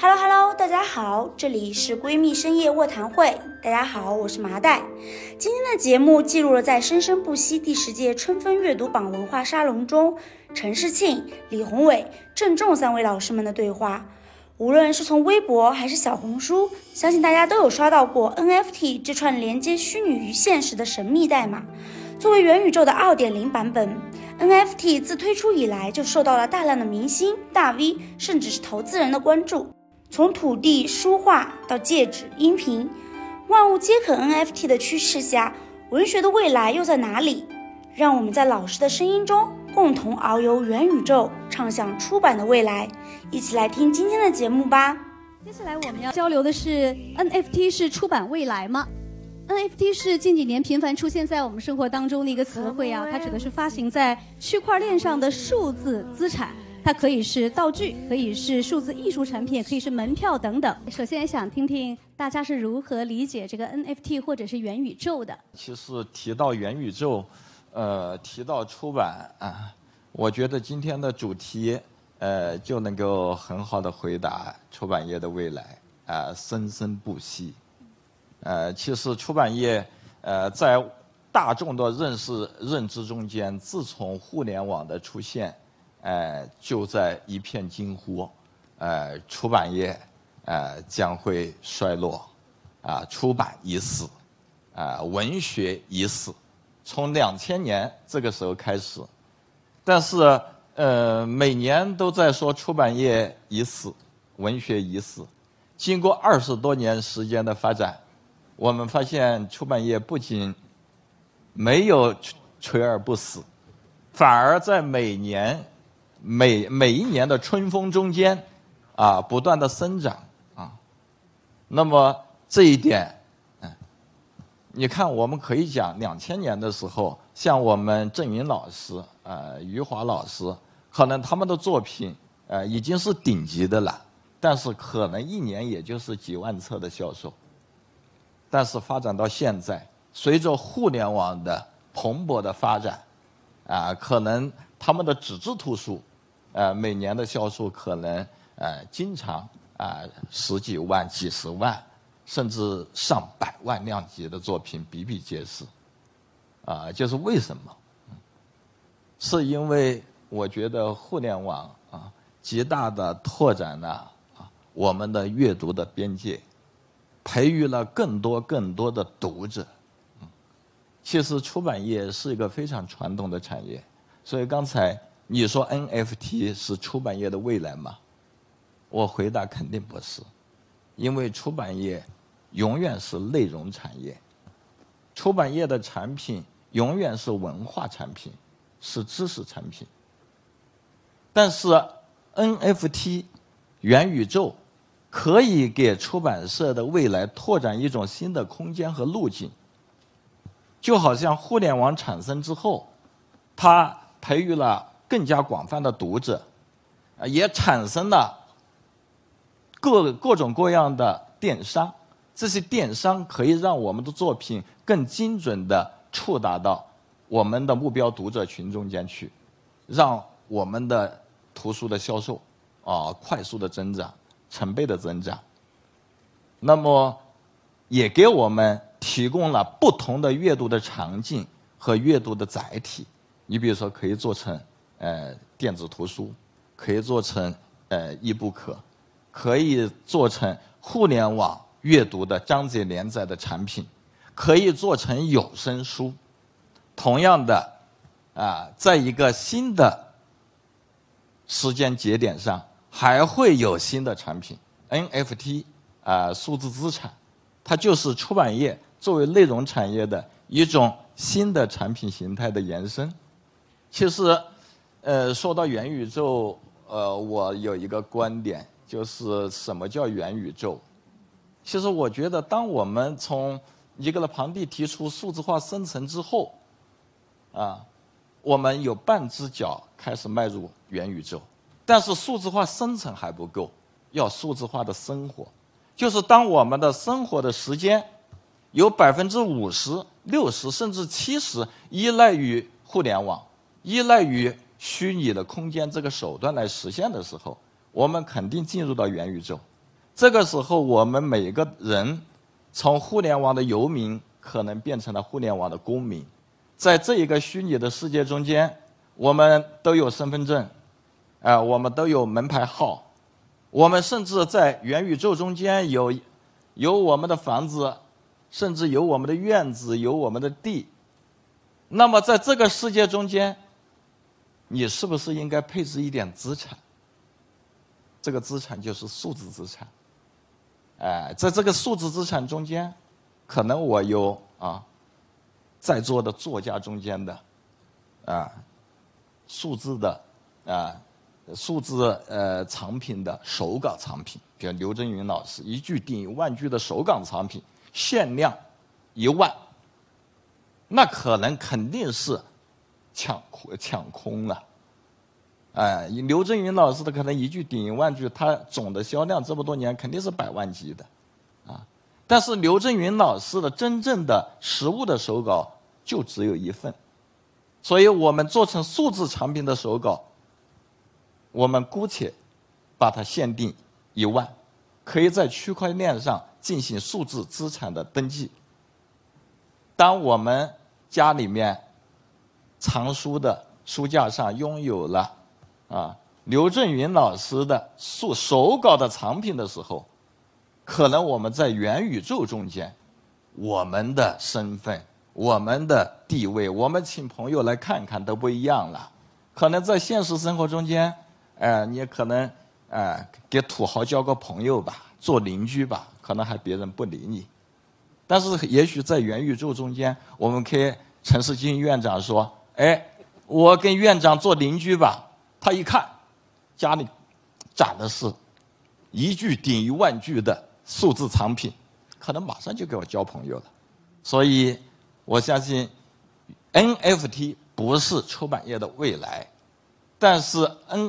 Hello Hello， 大家好，这里是闺蜜深夜卧谈会。大家好，我是麻袋。今天的节目记录了在生生不息第10届春分阅读榜文化沙龙中，陈世庆、李宏伟、郑重3位老师们的对话。无论是从微博还是小红书，相信大家都有刷到过 NFT 这串连接虚拟与现实的神秘代码。作为元宇宙的 2.0 版本， NFT 自推出以来就受到了大量的明星、大 V 甚至是投资人的关注。从土地、书画到戒指、音频，万物皆可 NFT 的趋势下，文学的未来又在哪里？让我们在老师的声音中共同遨游元宇宙，畅想出版的未来。一起来听今天的节目吧。 接下来我们要交流的是 NFT 是出版未来吗？ NFT 是近几年频繁出现在我们生活当中的一个词汇啊，它指的是发行在区块链上的数字资产。它可以是道具，可以是数字艺术产品，也可以是门票等等。首先想听听大家是如何理解这个 NFT 或者是元宇宙的。 其实提到元宇宙，提到出版啊，我觉得今天的主题就能够很好的回答出版业的未来啊，生生不息。其实出版业在大众的认知中间，自从互联网的出现，就在一片惊呼，出版业将会衰落，出版已死，文学已死，从2000年这个时候开始，但是每年都在说出版业已死，文学已死。经过20多年时间的发展，我们发现出版业不仅没有垂而不死，反而在每一年的春风中间，不断的生长啊。那么这一点，你看，我们可以讲2000年的时候，像我们郑云老师、余华老师，可能他们的作品已经是顶级的了，但是可能一年也就是几万册的销售。但是发展到现在，随着互联网的蓬勃的发展，可能他们的纸质图书。每年的销售可能经常十几万、几十万，甚至上百万量级的作品比比皆是。就是为什么？是因为我觉得互联网极大的拓展了我们的阅读的边界，培育了更多的读者。其实出版业是一个非常传统的产业，所以刚才你说 NFT 是出版业的未来吗？我回答肯定不是，因为出版业永远是内容产业，出版业的产品永远是文化产品，是知识产品。但是 NFT 元宇宙可以给出版社的未来拓展一种新的空间和路径，就好像互联网产生之后，它培育了更加广泛的读者，也产生了各种各样的电商。这些电商可以让我们的作品更精准地触达到我们的目标读者群中间去，让我们的图书的销售快速的增长，成倍的增长。那么也给我们提供了不同的阅读的场景和阅读的载体。你比如说可以做成电子图书，可以做成e-book，可以做成互联网阅读的章节连载的产品，可以做成有声书。同样的在一个新的时间节点上，还会有新的产品 NFT 数字资产，它就是出版业作为内容产业的一种新的产品形态的延伸。其实说到元宇宙，我有一个观点，就是什么叫元宇宙？其实我觉得，当我们从伊格勒庞蒂提出数字化生成之后，我们有半只脚开始迈入元宇宙，但是数字化生成还不够，要数字化的生活。就是当我们的生活的时间有50%、60%甚至70%依赖于互联网，依赖于虚拟的空间这个手段来实现的时候，我们肯定进入到元宇宙。 这个时候我们每个人从互联网的游民可能变成了互联网的公民，在这一个虚拟的世界中间，我们都有身份证，我们都有门牌号，我们甚至在元宇宙中间有我们的房子，甚至有我们的院子，有我们的地。那么在这个世界中间，你是不是应该配置一点资产？这个资产就是数字资产。在这个数字资产中间，可能我有在座的作家中间的数字藏品的手稿藏品，比如刘震云老师一句顶1万句的手稿藏品，限量1万，那肯定是抢空了。刘震云老师的可能一句顶1万句，他总的销量这么多年肯定是100万级的，但是刘震云老师的真正的实物的手稿就只有1份，所以我们做成数字产品的手稿，我们姑且把它限定1万，可以在区块链上进行数字资产的登记。当我们家里面藏书的书架上拥有了刘震云老师的手稿的藏品的时候，可能我们在元宇宙中间，我们的身份、我们的地位，我们请朋友来看看都不一样了。可能在现实生活中间，你可能给土豪交个朋友吧，做邻居吧，可能还别人不理你。但是也许在元宇宙中间，我们可以陈世金院长说，我跟院长做邻居吧。他一看家里展的是一句顶1万句的数字藏品，可能马上就给我交朋友了。所以我相信 NFT 不是出版业的未来，但是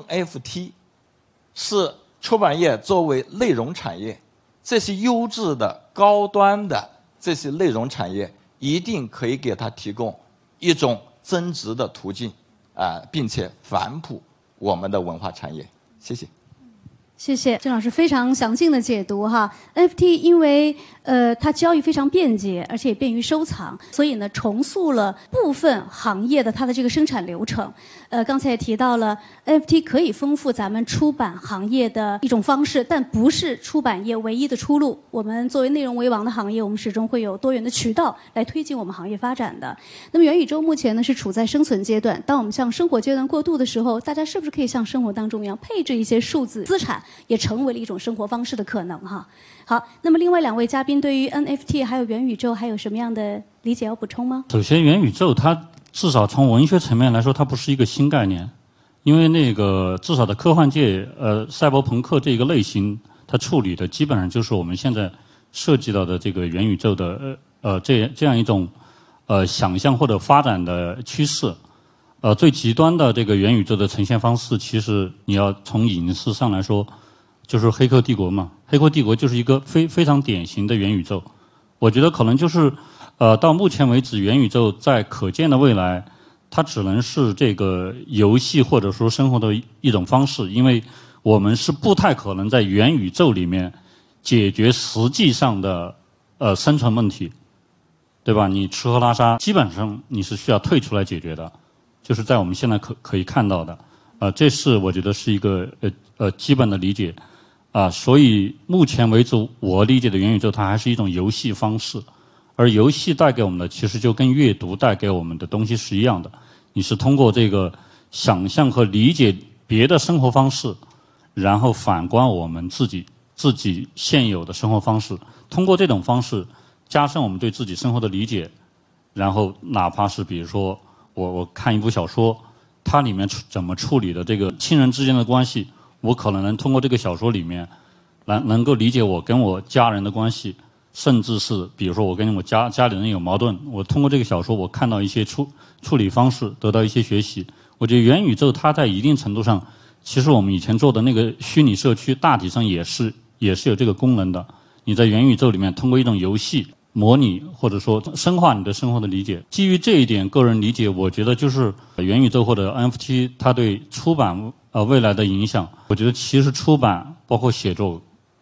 NFT 是出版业作为内容产业，这些优质的高端的这些内容产业一定可以给它提供一种增值的途径并且反哺我们的文化产业。谢谢。 谢谢郑老师非常详尽的解读哈。NFT 因为它交易非常便捷，而且也便于收藏，所以呢重塑了部分行业的它的这个生产流程。刚才也提到了 NFT 可以丰富咱们出版行业的一种方式，但不是出版业唯一的出路。我们作为内容为王的行业，我们始终会有多元的渠道来推进我们行业发展的。那么元宇宙目前呢是处在生存阶段，当我们向生活阶段过渡的时候，大家是不是可以像生活当中一样配置一些数字资产，也成为了一种生活方式的可能哈。好，那么另外2位嘉宾对于 NFT 还有元宇宙还有什么样的理解要补充吗？ 首先，元宇宙它至少从文学层面来说，它不是一个新概念，因为至少在科幻界，赛博朋克这个类型，它处理的基本上就是我们现在涉及到的这个元宇宙的这样一种想象或者发展的趋势。最极端的这个元宇宙的呈现方式，其实你要从影视上来说，就是《黑客帝国》嘛，《黑客帝国》就是一个非常典型的元宇宙。我觉得可能就是到目前为止，元宇宙在可见的未来，它只能是这个游戏或者说生活的一种方式，因为我们是不太可能在元宇宙里面解决实际上的生存问题，对吧？你吃喝拉撒基本上你是需要退出来解决的。就是在我们现在可以看到的，这是我觉得是一个基本的理解，所以目前为止我理解的元宇宙它还是一种游戏方式，而游戏带给我们的其实就跟阅读带给我们的东西是一样的，你是通过这个想象和理解别的生活方式，然后反观我们自己现有的生活方式，通过这种方式加深我们对自己生活的理解，然后哪怕是比如说我看一部小说，它里面怎么处理的这个亲人之间的关系，我可能能通过这个小说里面能够理解我跟我家人的关系，甚至是比如说我跟我家里人有矛盾，我通过这个小说我看到一些处理方式，得到一些学习。我觉得元宇宙它在一定程度上，其实我们以前做的那个虚拟社区大体上也是有这个功能的。你在元宇宙里面通过一种游戏模拟或者说深化你对生活的理解。基于这一点个人理解，我觉得就是元宇宙或者 NFT 它对出版未来的影响，我觉得其实出版包括写作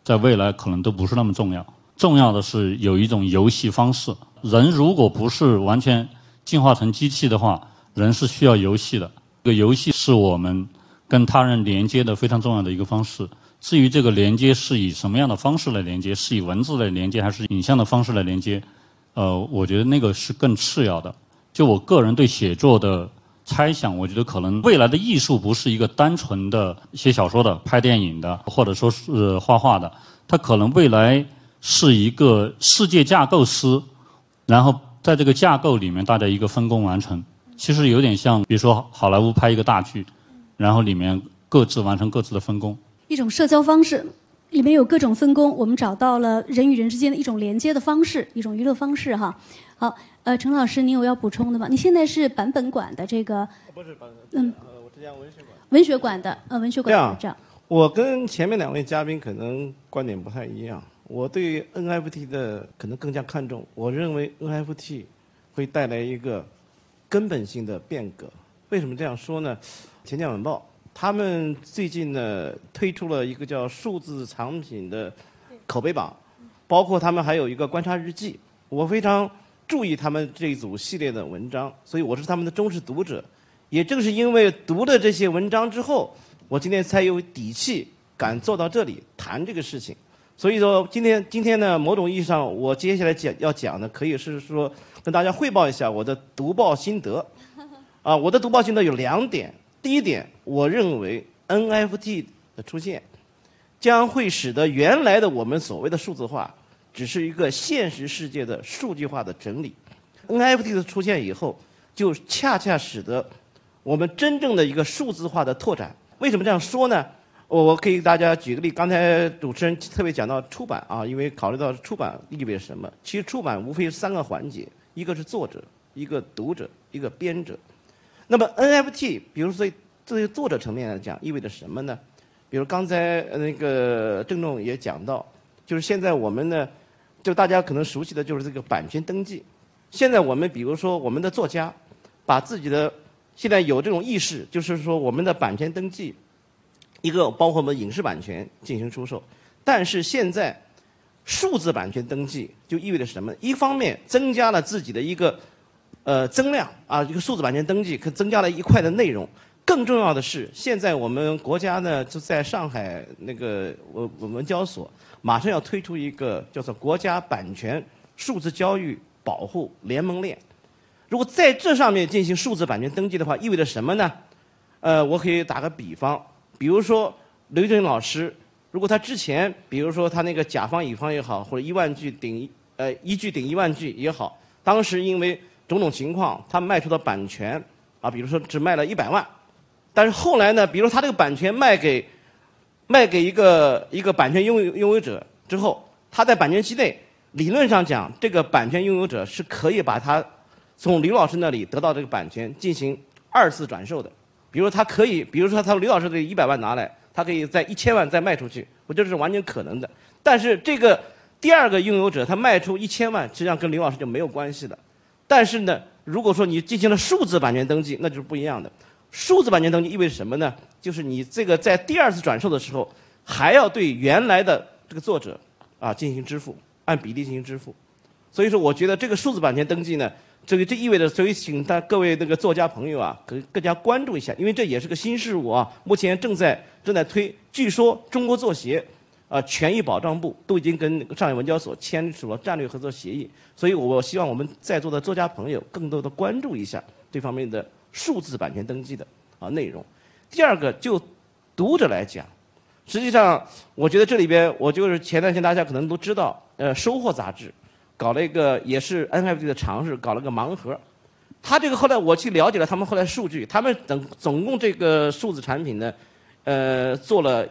在未来可能都不是那么重要。重要的是有一种游戏方式，人如果不是完全进化成机器的话，人是需要游戏的。这个游戏是我们跟他人连接的非常重要的一个方式。至于这个连接是以什么样的方式来连接，是以文字来连接还是影像的方式来连接，我觉得那个是更次要的。就我个人对写作的猜想，我觉得可能未来的艺术不是一个单纯的写小说的、拍电影的，或者说是画画的，它可能未来是一个世界架构师，然后在这个架构里面大家一个分工完成。其实有点像，比如说好莱坞拍一个大剧，然后里面各自完成各自的分工。 一种社交方式，里面有各种分工，我们找到了人与人之间的一种连接的方式，一种娱乐方式哈。好，陈老师，您有要补充的吗？你现在是版本馆的这个？ 不是版本，我是讲文学馆。 文学馆的，文学馆的这样。 我跟前面2位嘉宾可能观点不太一样，我对 NFT 的可能更加看重。我认为 NFT 会带来一个根本性的变革。为什么这样说呢？钱江晚报他们最近呢推出了一个叫数字藏品的口碑榜，包括他们还有一个观察日记。我非常注意他们这一组系列的文章，所以我是他们的忠实读者。也正是因为读了这些文章之后，我今天才有底气敢坐到这里谈这个事情。所以说今天呢，某种意义上我接下来要讲的可以是说跟大家汇报一下我的读报心得。我的读报心得有2点。第一点，我认为 NFT 的出现将会使得原来的我们所谓的数字化只是一个现实世界的数据化的整理。NFT 的出现以后，就恰恰使得我们真正的一个数字化的拓展。为什么这样说呢？我可以给大家举个例，刚才主持人特别讲到出版啊，因为考虑到出版意味着什么？其实出版无非是3个环节，一个是作者，一个读者，一个编者。那么 NFT， 比如说这些作者层面来讲，意味着什么呢？比如刚才那个郑重也讲到，就是现在我们呢，就大家可能熟悉的就是这个版权登记。现在我们比如说我们的作家，把自己的现在有这种意识，就是说我们的版权登记，一个包括我们影视版权进行出售。但是现在数字版权登记就意味着什么？一方面增加了自己的一个增量啊，一个数字版权登记可增加了一块的内容。更重要的是，现在我们国家呢就在上海那个文交所马上要推出一个叫做国家版权数字教育保护联盟链。如果在这上面进行数字版权登记的话，意味着什么呢？我可以打个比方，比如说刘震老师，如果他之前，比如说他那个甲方乙方也好，或者1万句顶1句顶1万句也好，当时因为种种情况，他卖出的版权啊，比如说只卖了100万，但是后来呢，比如他这个版权卖给一个版权拥有者之后，他在版权期内，理论上讲，这个版权拥有者是可以把他从刘老师那里得到这个版权进行2次转售的。比如他可以，比如说他刘老师的100万拿来，他可以在1000万再卖出去，这是完全可能的。但是这个第2个拥有者他卖出1000万，实际上跟刘老师就没有关系了。但是呢，如果说你进行了数字版权登记，那就是不一样的。数字版权登记意味着什么呢？就是你这个在第2次转售的时候，还要对原来的这个作者啊进行支付，按比例进行支付。所以说，我觉得这个数字版权登记呢，这意味着，所以请各位那个作家朋友啊，更加关注一下，因为这也是个新事物啊，目前正在推。据说中国作协权益保障部都已经跟上海文交所签署了战略合作协议，所以我希望我们在座的作家朋友更多的关注一下这方面的数字版权登记的内容。第2个，就读者来讲，实际上我觉得这里边，我就是前段时间大家可能都知道，收获杂志搞了一个也是 NFT 的尝试，搞了个盲盒。他这个后来我去了解了他们后来数据，他们总共这个数字产品呢，做了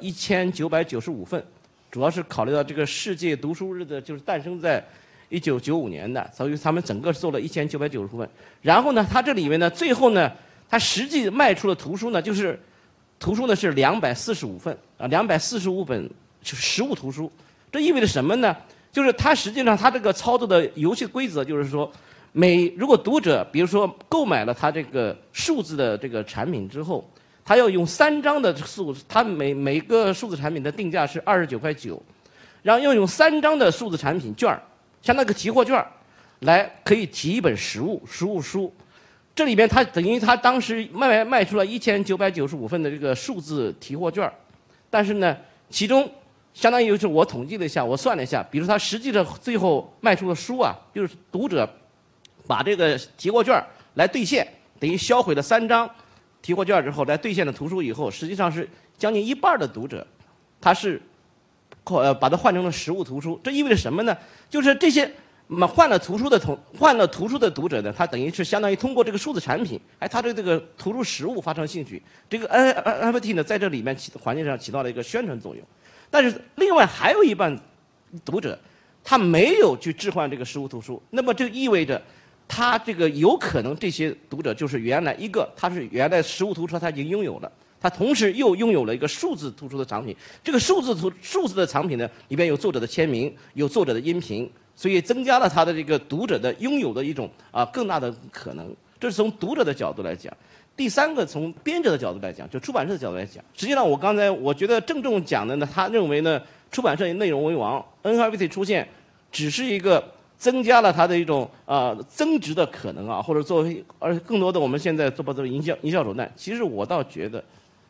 1995份。主要是考虑到这个世界读书日的，就是诞生在1995年的，所以他们整个做了1990份。然后呢，它这里面呢，最后呢，它实际卖出的图书呢，就是图书呢是245份啊，245本实物图书。这意味着什么呢？就是它实际上它这个操作的游戏规则就是说，如果读者比如说购买了它这个数字的这个产品之后，他要用3张的他每个数字产品的定价是29.9块， 然后用3张的数字产品券，相当于个提货券，来可以提一本实物书。这里边它等于它当时卖出了1995份的这个数字提货券，但是呢，其中相当于是我统计了一下，我算了一下，比如它实际的最后卖出的书啊，就是读者把这个提货券来兑现，等于销毁了3张提货券之后来兑现的图书以后，实际上是将近一半的读者，他是把它换成了实物图书。这意味着什么呢？就是这些换了图书的读者呢，他等于是相当于通过这个数字产品，他对这个图书实物发生兴趣。这个 NFT 呢，在这里面环境上起到了一个宣传作用。但是另外还有一半读者，他没有去置换这个实物图书，那么就意味着他这个有可能这些读者就是原来他是原来实物图书他已经拥有了，他同时又拥有了一个数字图书的产品。这个数字的产品呢，里边有作者的签名，有作者的音频，所以增加了他的这个读者的拥有的一种更大的可能。这是从读者的角度来讲。第3个，从编者的角度来讲，就出版社的角度来讲，实际上我觉得郑重讲的呢，他认为呢，出版社以内容为王 ，NFT 出现只是一个增加了它的一种增值的可能或者作为更多的我们现在做营销手段。其实我倒觉得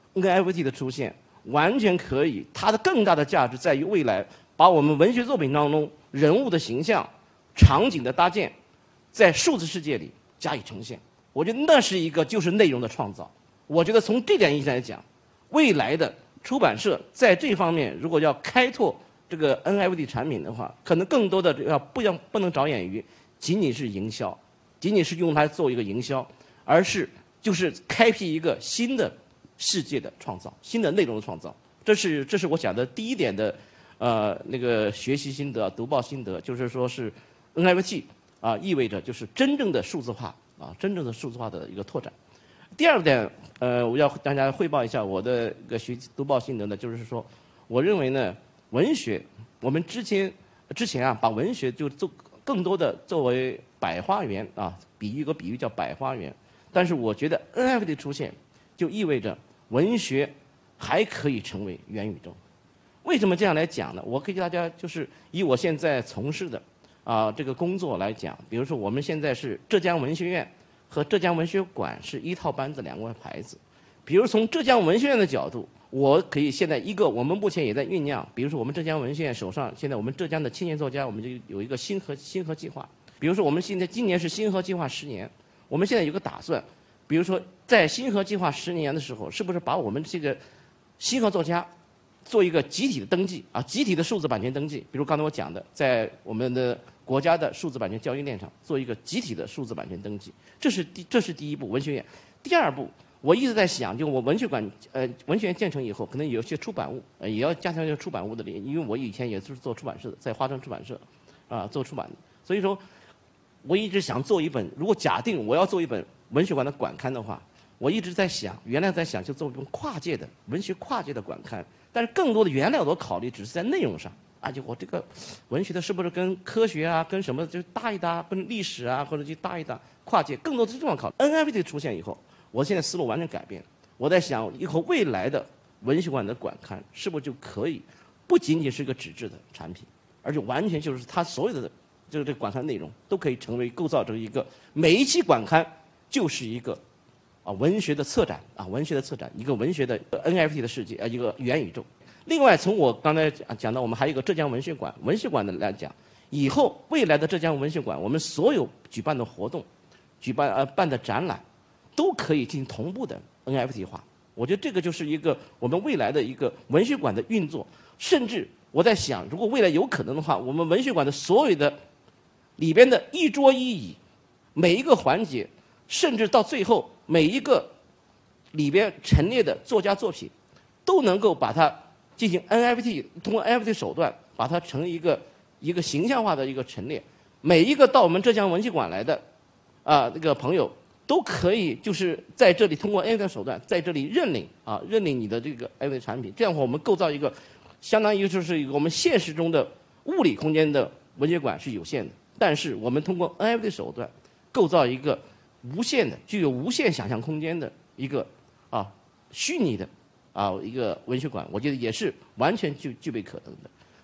NFT 的出现完全可以，它的更大的价值在于未来把我们文学作品当中人物的形象、场景的搭建，在数字世界里加以呈现。我觉得那是一个就是内容的创造。我觉得从这点意义上来讲，未来的出版社在这方面如果要开拓这个 NFT 产品的话，可能更多的不能着眼于仅仅是营销，仅仅是用它做一个营销，而是就是开辟一个新的世界的创造，新的内容的创造。这是我讲的第一点的那个学习心得、读报心得，就是说是 NFT 意味着就是真正的数字化真正的数字化的一个拓展。第2点，我要大家汇报一下我的一个学习读报心得呢，就是说，我认为呢，文学我们之前把文学就更多的作为百花园比喻叫百花园，但是我觉得 NFT 出现就意味着文学还可以成为元宇宙。为什么这样来讲呢？我可以给大家就是以我现在从事的这个工作来讲，比如说我们现在是浙江文学院和浙江文学馆是一套班子2块牌子。比如从浙江文学院的角度，我可以现在我们目前也在酝酿，比如说我们浙江文学院手上现在我们浙江的青年作家，我们就有一个星河计划。比如说我们现在今年是星河计划10年，我们现在有个打算，比如说在星河计划10年的时候，是不是把我们这个星河作家做一个集体的登记集体的数字版权登记。比如刚才我讲的，在我们的国家的数字版权交易链上做一个集体的数字版权登记，这是第一步，文学院。第2步，我一直在想，就我文学院建成以后，可能有些出版物也要加强一些出版物的因为我以前也是做出版社的，在华城出版社做出版的，所以说我一直想做一本，如果假定我要做一本文学馆的馆刊的话，我一直在想，原来在想就做一本文学跨界的馆刊，但是更多的原来我的考虑只是在内容上就我这个文学的是不是跟科学跟什么就搭一搭，跟历史或者去搭一搭跨界，更多的是这种考虑。NFT 出现以后，我现在思路完全改变，我在想以后未来的文学馆的馆刊是不是就可以不仅仅是一个纸质的产品，而且完全就是它所有的这个馆刊内容都可以成为构造成一个每一期馆刊就是一个文学的策展一个文学的 NFT 的世界一个元宇宙。另外，从我刚才讲到，我们还有一个浙江文学馆的来讲，以后未来的浙江文学馆，我们所有举办的活动、办的展览，都可以进行同步的 NFT 化。我觉得这个就是一个我们未来的一个文学馆的运作。甚至我在想，如果未来有可能的话，我们文学馆的所有的里边的一桌一椅，每一个环节，甚至到最后每一个里边陈列的作家作品，都能够把它进行 NFT， 通过 NFT 手段把它成一个形象化的一个陈列。每一个到我们浙江文学馆来的那个朋友，都可以就是在这里通过 NFT 手段在这里认领你的这个 NFT 产品。这样的话，我们构造一个相当于就是一个我们现实中的物理空间的文学馆是有限的，但是我们通过 NFT 手段构造一个无限的、具有无限想象空间的一个虚拟的一个文学馆，我觉得也是完全具备可能的。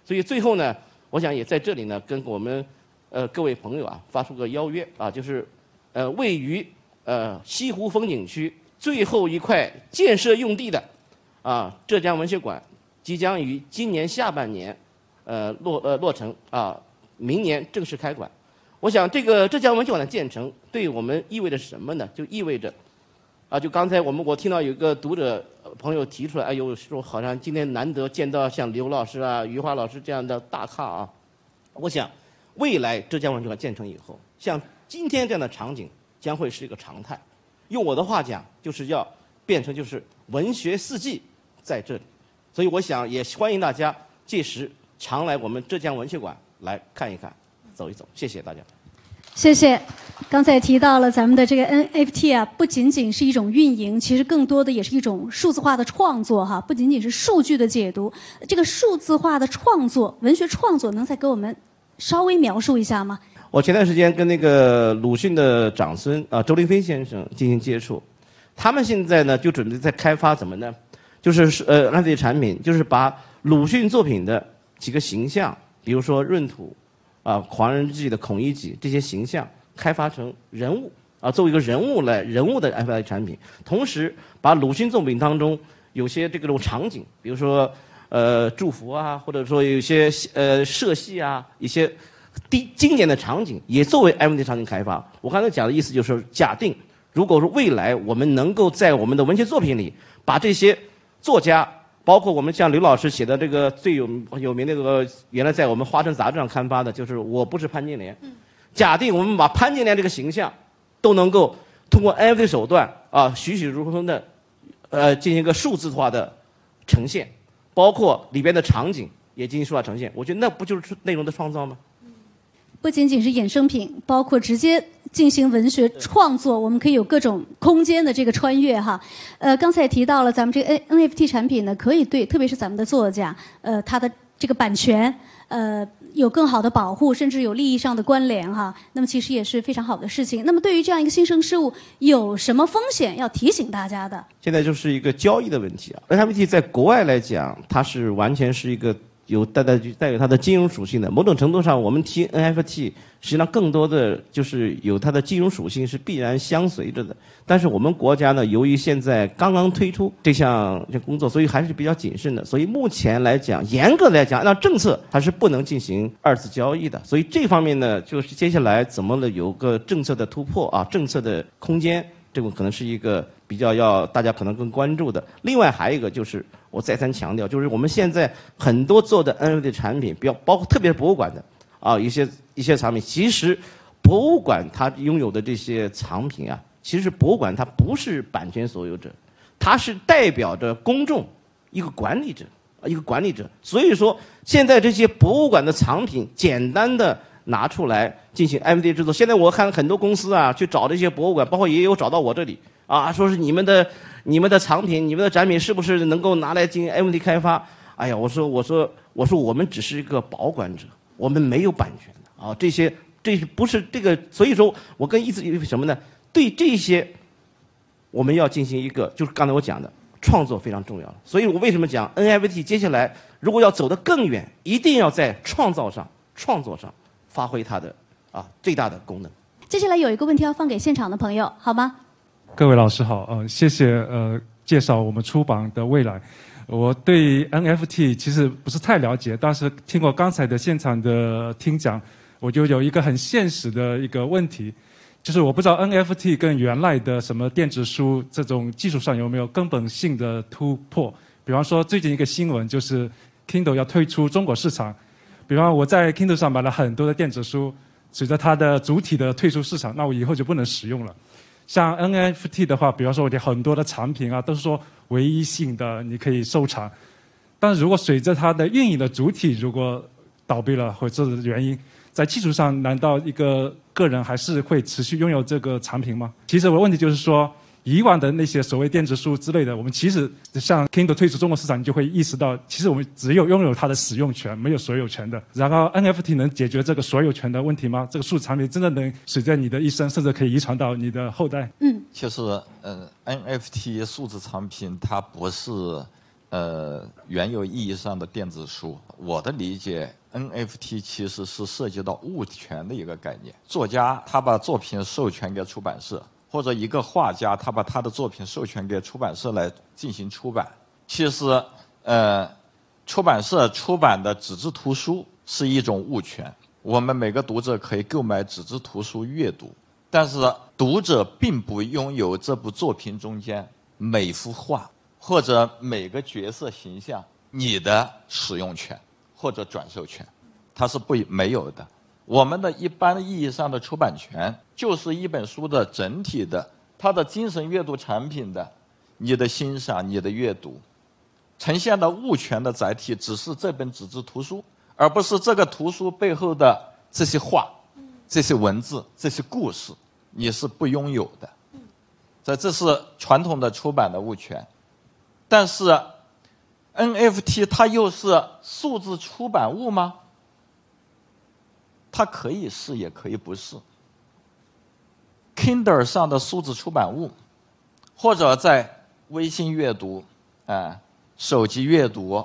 所以最后呢，我想也在这里呢，跟我们各位朋友啊发出个邀约啊，就是位于西湖风景区最后一块建设用地的浙江文学馆即将于今年下半年落成明年正式开馆。我想这个浙江文学馆的建成对我们意味着什么呢？就意味着就刚才我听到有一个读者朋友提出来，哎呦，说好像今天难得见到像刘老师余华老师这样的大咖啊。我想未来浙江文学馆建成以后，像今天这样的场景将会是一个常态。用我的话讲，就是要变成就是文学四季在这里。所以我想也欢迎大家届时常来我们浙江文学馆来看一看、走一走。谢谢大家。 谢谢。刚才提到了咱们的这个 NFT 不仅仅是一种运营，其实更多的也是一种数字化的创作哈，不仅仅是数据的解读。这个数字化的创作，文学创作，能再给我们稍微描述一下吗？ 我前段时间跟那个鲁迅的长孙周林飞先生进行接触，他们现在呢就准备在开发怎么呢？就是NFT 产品，就是把鲁迅作品的几个形象，比如说闰土。狂人日记的孔乙己这些形象开发成人物作为一个人物的 NFT 产品，同时把鲁迅作品当中有些这种场景，比如说祝福或者说有些社戏一些经典的场景也作为 NFT 场景开发。我刚才讲的意思就是假定，如果说未来我们能够在我们的文学作品里把这些作家。包括我们像刘老师写的这个最有名那个，原来在我们《花城》杂志上刊发的，就是我不是潘金莲。假定我们把潘金莲这个形象都能够通过 NFT 手段栩栩如生的进行一个数字化的呈现，包括里边的场景也进行数字化呈现，我觉得那不就是内容的创造吗？ 不仅仅是衍生品，包括直接进行文学创作，我们可以有各种空间的这个穿越哈。刚才也提到了咱们这个 NFT 产品呢，可以对特别是咱们的作家，他的这个版权有更好的保护，甚至有利益上的关联哈。那么其实也是非常好的事情。那么对于这样一个新生事物，有什么风险要提醒大家的？现在就是一个交易的问题NFT 在国外来讲，它是完全是一个。带有它的金融属性的，某种程度上，我们提 NFT， 实际上更多的就是有它的金融属性是必然相随着的。但是我们国家呢，由于现在刚刚推出这项工作，所以还是比较谨慎的。所以目前来讲，严格来讲，按照政策，它是不能进行二次交易的。所以这方面呢，就是接下来怎么有个政策的突破政策的空间，这个可能是一个比较要大家可能更关注的。另外还有一个就是。我再三强调，就是我们现在很多做的 NFT 产品，包括特别是博物馆的一些产品，其实博物馆它拥有的这些藏品其实博物馆它不是版权所有者，它是代表着公众一个管理者。所以说，现在这些博物馆的藏品，简单的拿出来进行 NFT 制作。现在我看很多公司去找这些博物馆，包括也有找到我这里说是你们的藏品、你们的展品是不是能够拿来进行 NFT 开发？哎呀，我说我们只是一个保管者，我们没有版权的这不是这个，所以说我跟意思是什么呢？对这些我们要进行一个，就是刚才我讲的创作非常重要。所以我为什么讲 NFT 接下来如果要走得更远，一定要在创作上发挥它的最大的功能。接下来有一个问题要放给现场的朋友，好吗？ 各位老师好，谢谢介绍我们出版的未来。我对 NFT 其实不是太了解，但是听过刚才的现场的听讲，我就有一个很现实的一个问题，就是我不知道 NFT 跟原来的什么电子书这种技术上有没有根本性的突破。比方说最近一个新闻就是 Kindle 要退出中国市场，比方我在 Kindle 上买了很多的电子书，随着它的主体的退出市场，那我以后就不能使用了。像 NFT 的话，比方说我的很多的产品都是说唯一性的，你可以收藏。但是如果随着它的运营的主体如果倒闭了或者是原因，在技术上难道一个个人还是会持续拥有这个产品吗？其实我的问题就是说，以往的那些所谓电子书之类的，我们其实像 Kindle 退出中国市场，你就会意识到，其实我们只有拥有它的使用权，没有所有权的。然后 NFT 能解决这个所有权的问题吗？这个数字产品真的能随着你的一生，甚至可以遗传到你的后代？其实 NFT 数字产品它不是原有意义上的电子书。我的理解 ，NFT 其实是涉及到物权的一个概念。作家他把作品授权给出版社，或者一个画家他把他的作品授权给出版社来进行出版。其实，出版社出版的纸质图书是一种物权，我们每个读者可以购买纸质图书阅读，但是读者并不拥有这部作品中间每幅画或者每个角色形象你的使用权或者转授权，它是没有的。我们的一般意义上的出版权就是一本书的整体的它的精神阅读产品的你的欣赏、你的阅读呈现的物权的载体只是这本纸质图书，而不是这个图书背后的这些画、这些文字、这些故事，你是不拥有的。这是传统的出版的物权。但是 NFT 它又是数字出版物吗？它可以是也可以不是。Kindle 上的数字出版物，或者在微信阅读手机阅读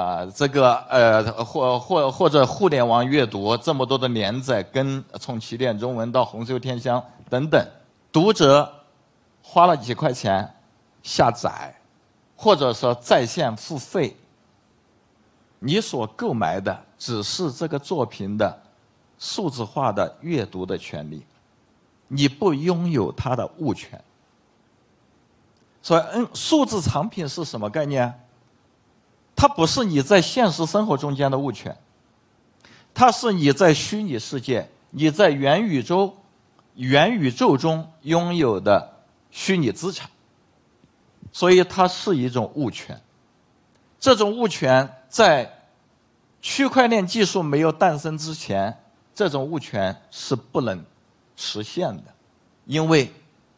或者互联网阅读，这么多的连载，跟从起点中文到红袖添香等等，读者花了几块钱下载，或者说在线付费，你所购买的只是这个作品的数字化的阅读的权利，你不拥有它的物权。所以数字藏品是什么概念？它不是你在现实生活中间的物权，它是你在虚拟世界、你在元宇宙中拥有的虚拟资产，所以它是一种物权。这种物权在区块链技术没有诞生之前，这种物权是不能实现的，因为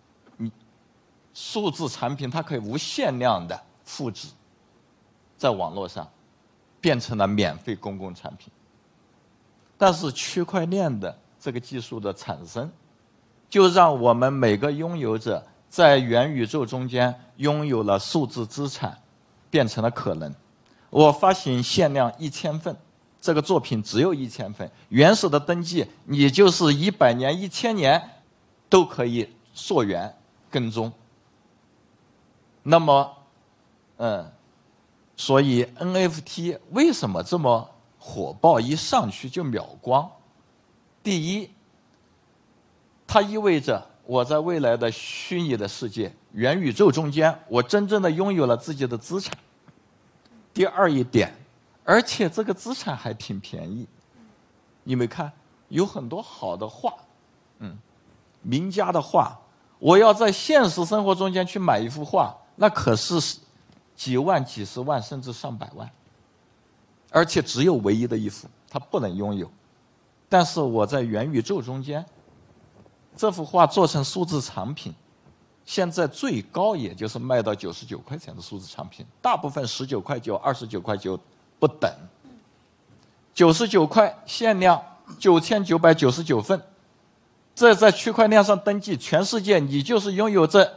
数字产品它可以无限量的复制在网络上，变成了免费公共产品。但是区块链的这个技术的产生，就让我们每个拥有者在元宇宙中间拥有了数字资产，变成了可能。我发行限量1000份，这个作品只有1000份，原始的登记你就是100年、1000年都可以溯源跟踪。那么，所以 NFT 为什么这么火爆，一上去就秒光？第一，它意味着我在未来的虚拟的世界、元宇宙中间，我真正的拥有了自己的资产。第二一点，而且这个资产还挺便宜。你们看，有很多好的画，名家的画，我要在现实生活中间去买一幅画，那可是几万、几十万，甚至上百万，而且只有唯一的一幅，它不能拥有。但是我在元宇宙中间，这幅画做成数字产品，现在最高也就是卖到99块钱的数字产品，大部分19块9、29块9不等。99块限量9999份，这在区块链上登记，全世界你就是拥有这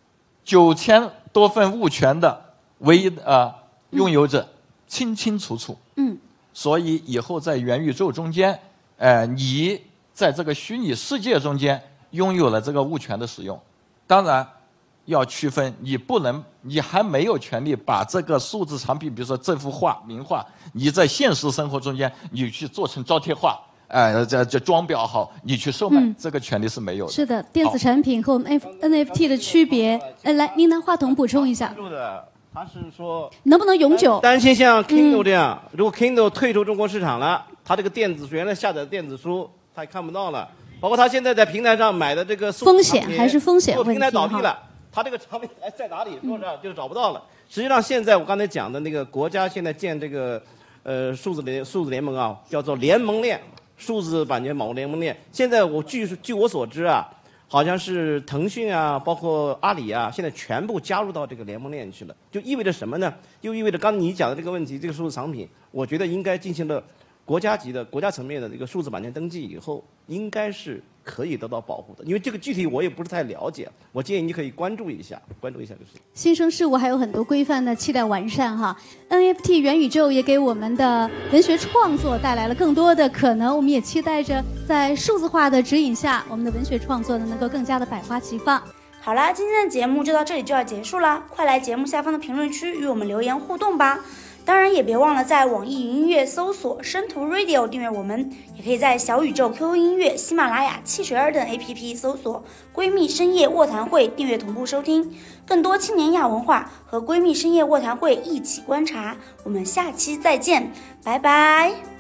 9000多份物权的唯一拥有者，清清楚楚。所以以后在元宇宙中间，你在这个虚拟世界中间拥有了这个物权的使用。当然要区分，你还没有权利把这个数字产品，比如说这幅画、名画，你在现实生活中间你去做成招贴画，这装裱好，你去售卖，这个权利是没有的。 是的，电子产品和我们 NFT 的区别。来，您拿话筒补充一下。 他是说能不能永久？ 担心像 Kindle 这样，如果 Kindle 退出中国市场了，它这个原来下载的电子书它也看不到了，包括他现在在平台上买的这个风险还是风险问题， 平台倒闭了，他这个产品在哪里？说是就是找不到了。实际上现在我刚才讲的那个国家现在建这个数字联盟啊，叫做联盟链，数字版权保护联盟链。现在据我所知啊，好像是腾讯啊，包括阿里啊，现在全部加入到这个联盟链去了。就意味着什么呢？就意味着刚才你讲的这个问题，这个数字产品，我觉得应该进行了国家级的、国家层面的这个数字版权登记以后，应该是可以得到保护的。因为这个具体我也不是太了解，我建议你可以关注一下这个事情。 新生事物还有很多规范的期待完善哈。NFT 元宇宙也给我们的文学创作带来了更多的可能，我们也期待着在数字化的指引下，我们的文学创作呢能够更加的百花齐放。 好啦，今天的节目就到这里就要结束了，快来节目下方的评论区与我们留言互动吧。当然也别忘了在网易云音乐搜索深途 Radio 订阅我们，也可以在小宇宙、QQ 音乐、喜马拉雅、汽水儿等 APP 搜索闺蜜深夜卧谈会订阅同步收听。更多青年亚文化和闺蜜深夜卧谈会一起观察，我们下期再见，拜拜。